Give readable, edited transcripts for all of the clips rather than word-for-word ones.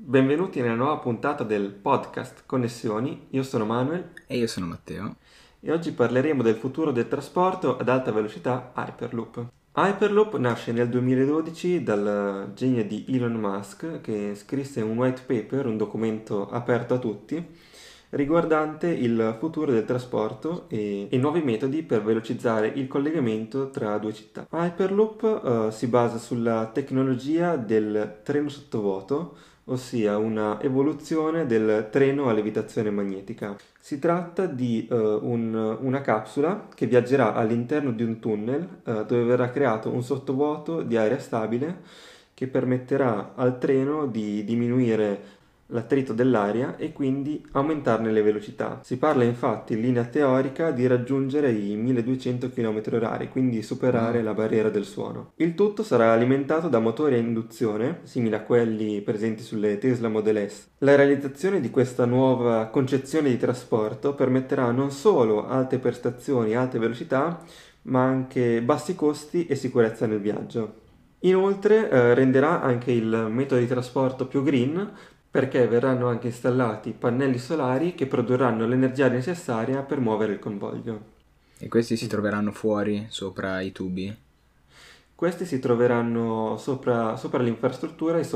Benvenuti nella nuova puntata del podcast Connessioni. Io sono Manuel E io sono Matteo. e oggi parleremo del futuro del trasporto ad alta velocità Hyperloop. Hyperloop nasce nel 2012 dal genio di Elon Musk, che scrisse un white paper, un documento aperto a tutti, riguardante il futuro del trasporto e nuovi metodi per velocizzare il collegamento tra due città. Hyperloop si basa sulla tecnologia del treno sottovuoto, ossia una evoluzione del treno a levitazione magnetica. Si tratta di una capsula che viaggerà all'interno di un tunnel dove verrà creato un sottovuoto di aria stabile che permetterà al treno di diminuire l'attrito dell'aria e quindi aumentarne le velocità. Si parla infatti in linea teorica di raggiungere i 1200 km/h, quindi superare Wow. la barriera del suono. Il tutto sarà alimentato da motori a induzione, simili a quelli presenti sulle Tesla Model S. La realizzazione di questa nuova concezione di trasporto permetterà non solo alte prestazioni e alte velocità, ma anche bassi costi e sicurezza nel viaggio. Inoltre renderà anche il metodo di trasporto più green perché verranno anche installati pannelli solari che produrranno l'energia necessaria per muovere il convoglio. E questi si troveranno fuori, sopra i tubi? Questi si troveranno sopra l'infrastruttura e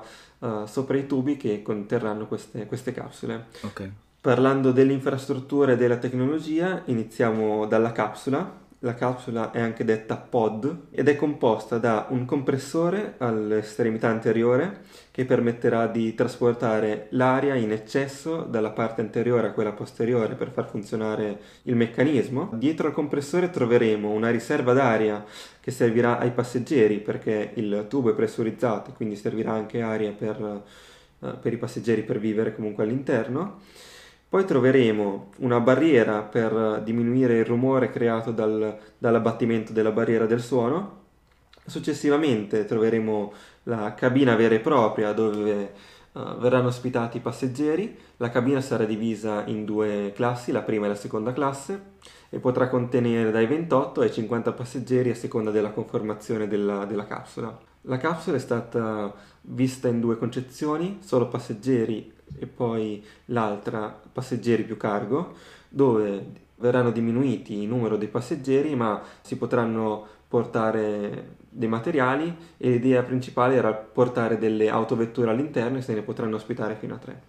sopra i tubi che conterranno queste capsule. Ok. Parlando dell'infrastruttura e della tecnologia, iniziamo dalla capsula. La capsula è anche detta pod ed è composta da un compressore all'estremità anteriore che permetterà di trasportare l'aria in eccesso dalla parte anteriore a quella posteriore per far funzionare il meccanismo. Dietro al compressore troveremo una riserva d'aria che servirà ai passeggeri perché il tubo è pressurizzato e quindi servirà anche aria per i passeggeri per vivere comunque all'interno. Poi troveremo una barriera per diminuire il rumore creato dall'abbattimento della barriera del suono. Successivamente troveremo la cabina vera e propria dove verranno ospitati i passeggeri. La cabina sarà divisa in due classi, la prima e la seconda classe, e potrà contenere dai 28 ai 50 passeggeri a seconda della conformazione della capsula. La capsula è stata vista in due concezioni, solo passeggeri e poi l'altra passeggeri più cargo, dove verranno diminuiti il numero dei passeggeri, ma si potranno portare dei materiali e l'idea principale era portare delle autovetture all'interno e se ne potranno ospitare fino a 3.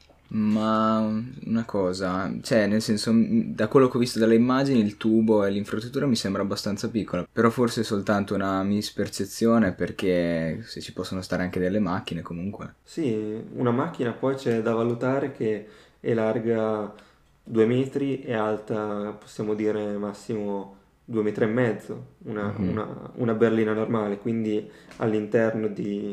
Ma una cosa, cioè nel senso, da quello che ho visto dalle immagini, il tubo e l'infrastruttura mi sembra abbastanza piccola, però forse è soltanto una mispercezione perché se ci possono stare anche delle macchine comunque. Sì, una macchina poi c'è da valutare che è larga 2 metri e alta, possiamo dire, massimo 2 metri e mezzo, Mhm. una berlina normale, quindi all'interno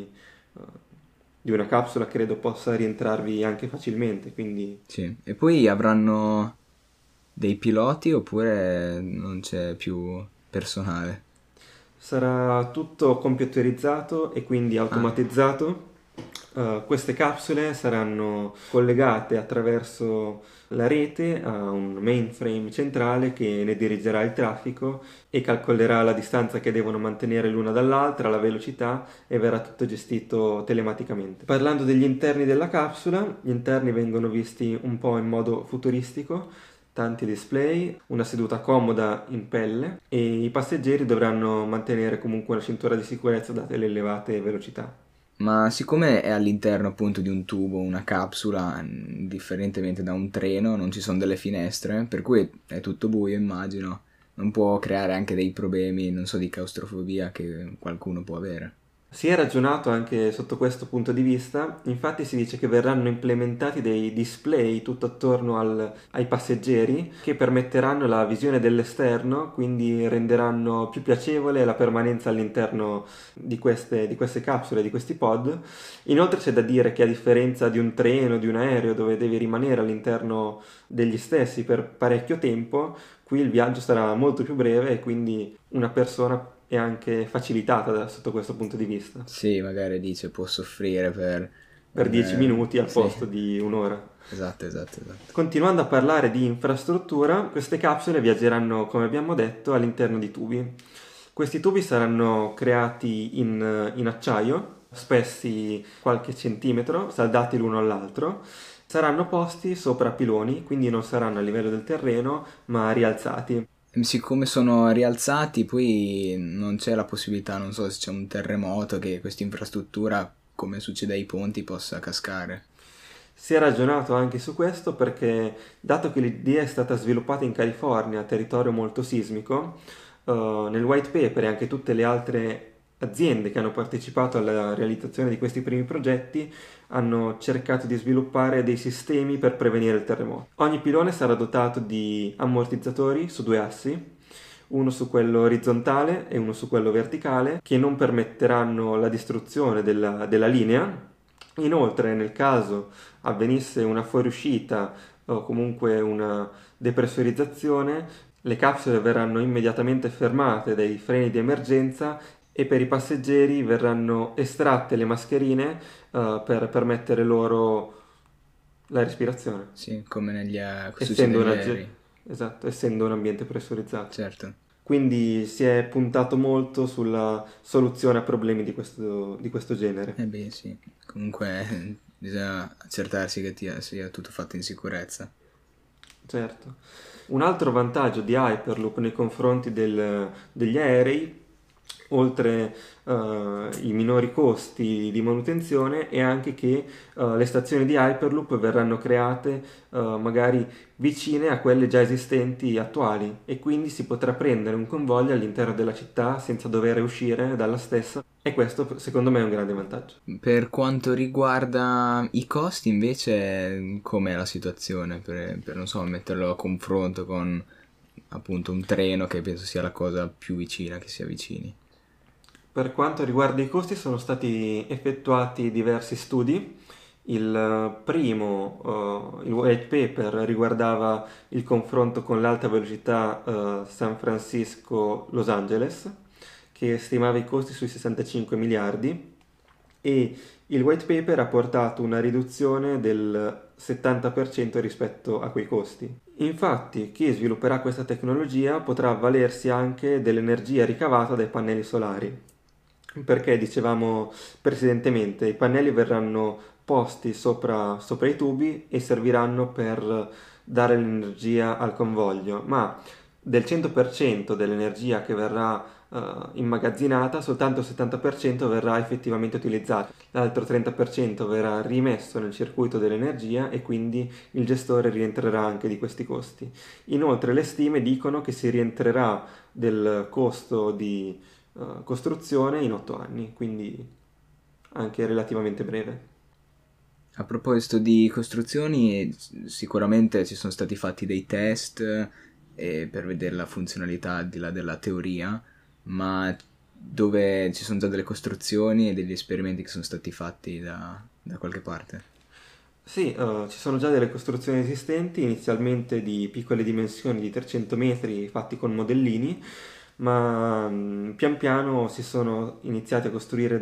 di una capsula credo possa rientrarvi anche facilmente, quindi Sì. E poi avranno dei piloti oppure non c'è più personale? sarà tutto computerizzato e quindi Ah, automatizzato. Queste capsule saranno collegate attraverso la rete a un mainframe centrale che ne dirigerà il traffico e calcolerà la distanza che devono mantenere l'una dall'altra, la velocità e verrà tutto gestito telematicamente. Parlando degli interni della capsula, gli interni vengono visti un po' in modo futuristico, tanti display, una seduta comoda in pelle e i passeggeri dovranno mantenere comunque una cintura di sicurezza date le elevate velocità. ma siccome è all'interno appunto di un tubo, una capsula, differentemente da un treno, non ci sono delle finestre, per cui è tutto buio, immagino. Non può creare anche dei problemi, non so, di claustrofobia che qualcuno può avere. Si è ragionato anche sotto questo punto di vista, infatti si dice che verranno implementati dei display tutto attorno ai passeggeri che permetteranno la visione dell'esterno, quindi renderanno più piacevole la permanenza all'interno di queste capsule, di questi pod. Inoltre c'è da dire che a differenza di un treno, di un aereo dove devi rimanere all'interno degli stessi per parecchio tempo, qui il viaggio sarà molto più breve e quindi una persona è anche facilitata sotto questo punto di vista. Sì, magari dice può soffrire per Per 10 minuti al Sì, posto di un'ora. esatto, esatto, esatto. Continuando a parlare di infrastruttura, queste capsule viaggeranno, come abbiamo detto, all'interno di tubi. Questi tubi saranno creati in acciaio spessi qualche centimetro, saldati l'uno all'altro, saranno posti sopra piloni, quindi non saranno a livello del terreno, ma rialzati. Siccome sono rialzati, poi non c'è la possibilità, non so se c'è un terremoto, che questa infrastruttura, come succede ai ponti, possa cascare. Si è ragionato anche su questo perché, dato che l'idea è stata sviluppata in California, territorio molto sismico, nel white paper e anche tutte le altre aziende che hanno partecipato alla realizzazione di questi primi progetti hanno cercato di sviluppare dei sistemi per prevenire il terremoto. Ogni pilone sarà dotato di ammortizzatori su due assi, uno su quello orizzontale e uno su quello verticale, che non permetteranno la distruzione della linea. Inoltre, nel caso avvenisse una fuoriuscita o comunque una depressurizzazione, le capsule verranno immediatamente fermate dai freni di emergenza e per i passeggeri verranno estratte le mascherine per permettere loro la respirazione, Sì, come succede essendo, negli aerei. esatto, essendo un ambiente pressurizzato. Certo. Quindi si è puntato molto sulla soluzione a problemi di questo genere. Beh, sì. Comunque bisogna accertarsi che sia tutto fatto in sicurezza. Certo. Un altro vantaggio di Hyperloop nei confronti degli aerei, oltre i minori costi di manutenzione, è anche che le stazioni di Hyperloop verranno create magari vicine a quelle già esistenti attuali e quindi si potrà prendere un convoglio all'interno della città senza dover uscire dalla stessa e questo secondo me è un grande vantaggio. Per quanto riguarda i costi, invece, com'è la situazione? Per, non so, metterlo a confronto con appunto un treno, che penso sia la cosa più vicina che si avvicini. Per quanto riguarda i costi, sono stati effettuati diversi studi. Il primo, il white paper, riguardava il confronto con l'alta velocità San Francisco-Los Angeles, che stimava i costi sui 65 miliardi, e il white paper ha portato una riduzione del 70% rispetto a quei costi. Infatti, chi svilupperà questa tecnologia potrà avvalersi anche dell'energia ricavata dai pannelli solari, perché dicevamo precedentemente, i pannelli verranno posti sopra i tubi e serviranno per dare l'energia al convoglio, ma del 100% dell'energia che verrà immagazzinata, soltanto il 70% verrà effettivamente utilizzato. L'altro 30% verrà rimesso nel circuito dell'energia e quindi il gestore rientrerà anche di questi costi. Inoltre le stime dicono che si rientrerà del costo di costruzione in 8 anni, quindi anche relativamente breve. A proposito di costruzioni, sicuramente ci sono stati fatti dei test per vedere la funzionalità al di là della teoria, ma dove ci sono già delle costruzioni e degli esperimenti che sono stati fatti da qualche parte. Sì, ci sono già delle costruzioni esistenti, inizialmente di piccole dimensioni di 300 metri fatti con modellini, ma pian piano si sono iniziati a costruire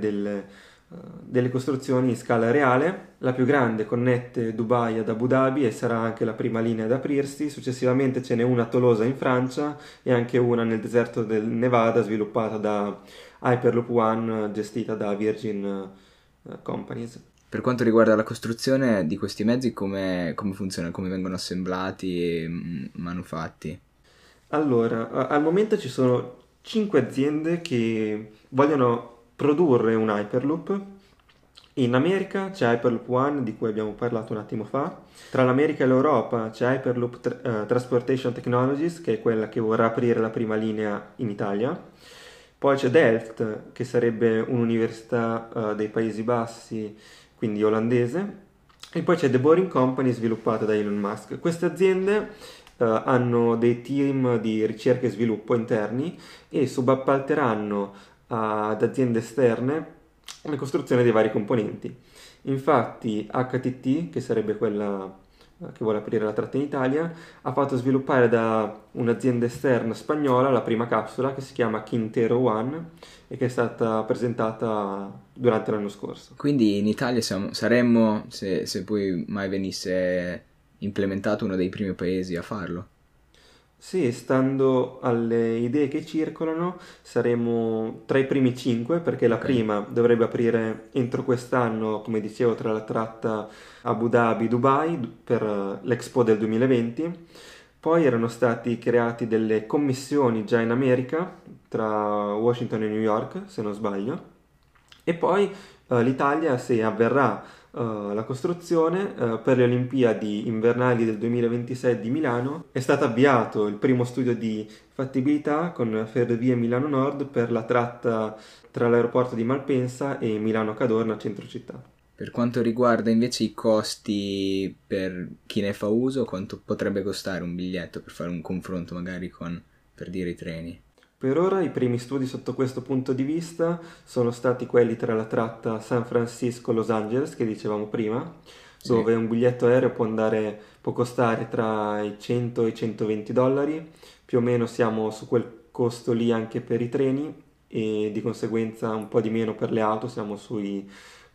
delle costruzioni in scala reale. La più grande connette Dubai ad Abu Dhabi e sarà anche la prima linea ad aprirsi. Successivamente ce n'è una a Tolosa in Francia e anche una nel deserto del Nevada sviluppata da Hyperloop One gestita da Virgin Companies. Per quanto riguarda la costruzione di questi mezzi, come funziona, come vengono assemblati e manufatti? Allora, al momento ci sono 5 aziende che vogliono produrre un Hyperloop. In America c'è Hyperloop One, di cui abbiamo parlato un attimo fa. Tra l'America e l'Europa c'è Hyperloop Transportation Technologies, che è quella che vorrà aprire la prima linea in Italia. Poi c'è Delft, che sarebbe un'università dei Paesi Bassi, quindi olandese. E poi c'è The Boring Company, sviluppata da Elon Musk. Queste aziende hanno dei team di ricerca e sviluppo interni e subappalteranno ad aziende esterne la costruzione dei vari componenti. Infatti HTT, che sarebbe quella che vuole aprire la tratta in Italia, ha fatto sviluppare da un'azienda esterna spagnola la prima capsula che si chiama Quintero One e che è stata presentata durante l'anno scorso. Quindi in Italia saremmo, se poi mai venisse implementato, uno dei primi paesi a farlo. Sì, stando alle idee che circolano, saremo tra i primi 5 perché la Ok, prima dovrebbe aprire entro quest'anno, come dicevo, tra la tratta Abu Dhabi-Dubai per l'Expo del 2020. Poi erano stati creati delle commissioni già in America, tra Washington e New York, se non sbaglio. E poi l'Italia, se avverrà la costruzione, per le Olimpiadi invernali del 2026 di Milano, è stato avviato il primo studio di fattibilità con Ferrovie Milano Nord per la tratta tra l'aeroporto di Malpensa e Milano Cadorna, centro città. per quanto riguarda invece i costi per chi ne fa uso, quanto potrebbe costare un biglietto per fare un confronto magari con, per dire, i treni? Per ora i primi studi sotto questo punto di vista sono stati quelli tra la tratta San Francisco-Los Angeles, che dicevamo prima, Sì, dove un biglietto aereo può costare tra i 100 e i 120 dollari, più o meno siamo su quel costo lì anche per i treni e di conseguenza un po' di meno per le auto, siamo sui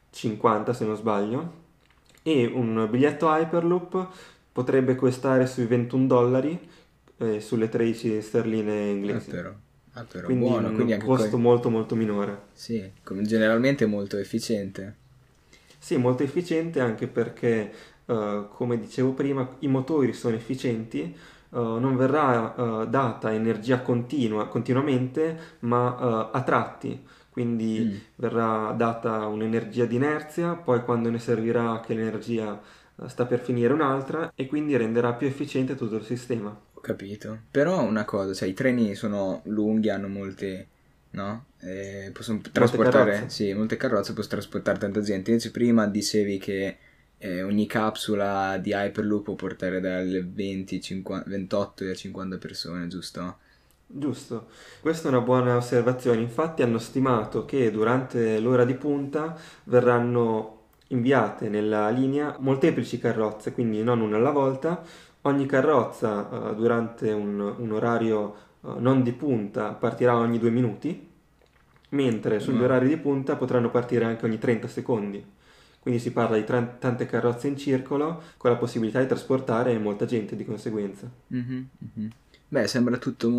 50 se non sbaglio, e un biglietto Hyperloop potrebbe costare sui 21 dollari sulle 13 sterline ah inglesi, però, ah però, quindi buono, quindi un anche costo molto molto minore. sì, come generalmente molto efficiente. Sì, molto efficiente anche perché, come dicevo prima, i motori sono efficienti, non verrà data energia continuamente, ma a tratti, quindi Mm. verrà data un'energia di inerzia, poi quando ne servirà che l'energia sta per finire un'altra e quindi renderà più efficiente tutto il sistema. Ho capito. Però una cosa, cioè i treni sono lunghi, hanno molte, no? Possono Molte trasportare, carrozze. sì, molte carrozze, possono trasportare tanta gente. Invece prima dicevi che ogni capsula di Hyperloop può portare dalle 20, 50, 28 a 50 persone, giusto? Giusto, questa è una buona osservazione. Infatti hanno stimato che durante l'ora di punta verranno inviate nella linea molteplici carrozze, quindi non una alla volta. Ogni carrozza durante un orario non di punta partirà ogni 2 minuti, mentre sugli Wow. orari di punta potranno partire anche ogni 30 secondi. Quindi si parla di tante carrozze in circolo con la possibilità di trasportare molta gente di conseguenza. Mhm, mhm. Beh, sembra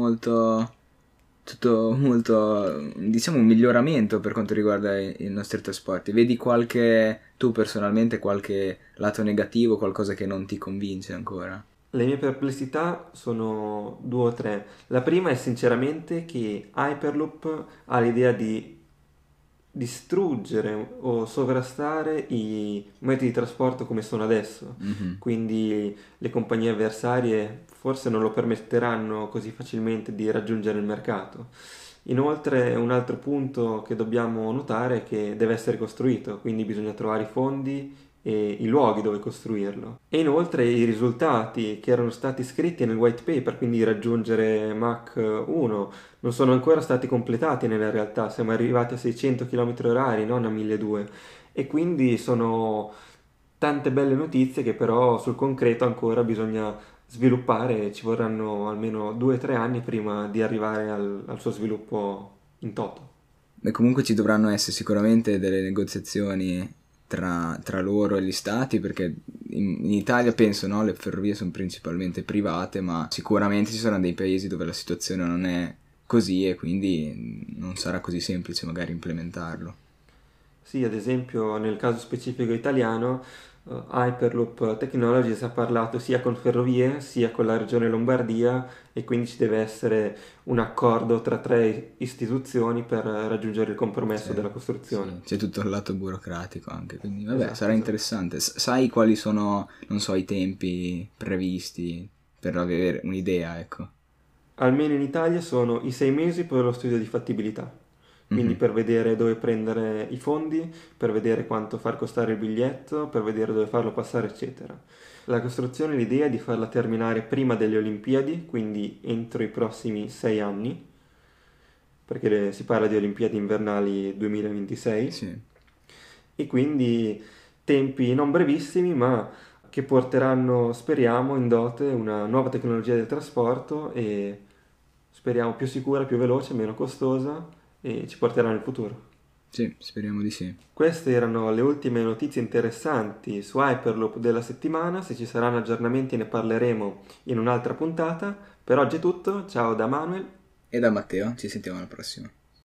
tutto molto, diciamo, un miglioramento per quanto riguarda i nostri trasporti. Vedi tu personalmente, qualche lato negativo, qualcosa che non ti convince ancora? Le mie perplessità sono due o tre. La prima è sinceramente che Hyperloop ha l'idea di distruggere o sovrastare i mezzi di trasporto come sono adesso. Mhm. Quindi le compagnie avversarie forse non lo permetteranno così facilmente di raggiungere il mercato. Inoltre, un altro punto che dobbiamo notare è che deve essere costruito, quindi bisogna trovare i fondi e i luoghi dove costruirlo. E inoltre i risultati che erano stati scritti nel white paper, quindi raggiungere Mach 1, non sono ancora stati completati nella realtà, siamo arrivati a 600 km/h, non a 1200, e quindi sono tante belle notizie che però sul concreto ancora bisogna sviluppare, ci vorranno almeno 2 o 3 anni prima di arrivare al suo sviluppo in toto. Beh, comunque ci dovranno essere sicuramente delle negoziazioni tra loro e gli stati, perché in Italia penso, no, le ferrovie sono principalmente private, ma sicuramente ci saranno dei paesi dove la situazione non è così e quindi non sarà così semplice magari implementarlo. Sì, ad esempio nel caso specifico italiano, Hyperloop Technologies ha parlato sia con Ferrovie sia con la Regione Lombardia e quindi ci deve essere un accordo tra tre istituzioni per raggiungere il compromesso della Certo, costruzione. sì, c'è tutto il lato burocratico anche, quindi vabbè, Esatto, sarà esatto. interessante. Sai quali sono, non so, i tempi previsti per avere un'idea, ecco. Almeno in Italia sono i 6 mesi per lo studio di fattibilità, quindi Mhm. per vedere dove prendere i fondi, per vedere quanto far costare il biglietto, per vedere dove farlo passare, eccetera. La costruzione, l'idea è di farla terminare prima delle Olimpiadi, quindi entro i prossimi 6 anni, perché si parla di Olimpiadi invernali 2026, Sì. e quindi tempi non brevissimi, ma che porteranno, speriamo, in dote una nuova tecnologia del trasporto e speriamo più sicura, più veloce, meno costosa e ci porterà nel futuro. Sì, speriamo di sì. Queste erano le ultime notizie interessanti su Hyperloop della settimana. Se ci saranno aggiornamenti ne parleremo in un'altra puntata. Per oggi è tutto, ciao da Manuel. E da Matteo, ci sentiamo alla prossima.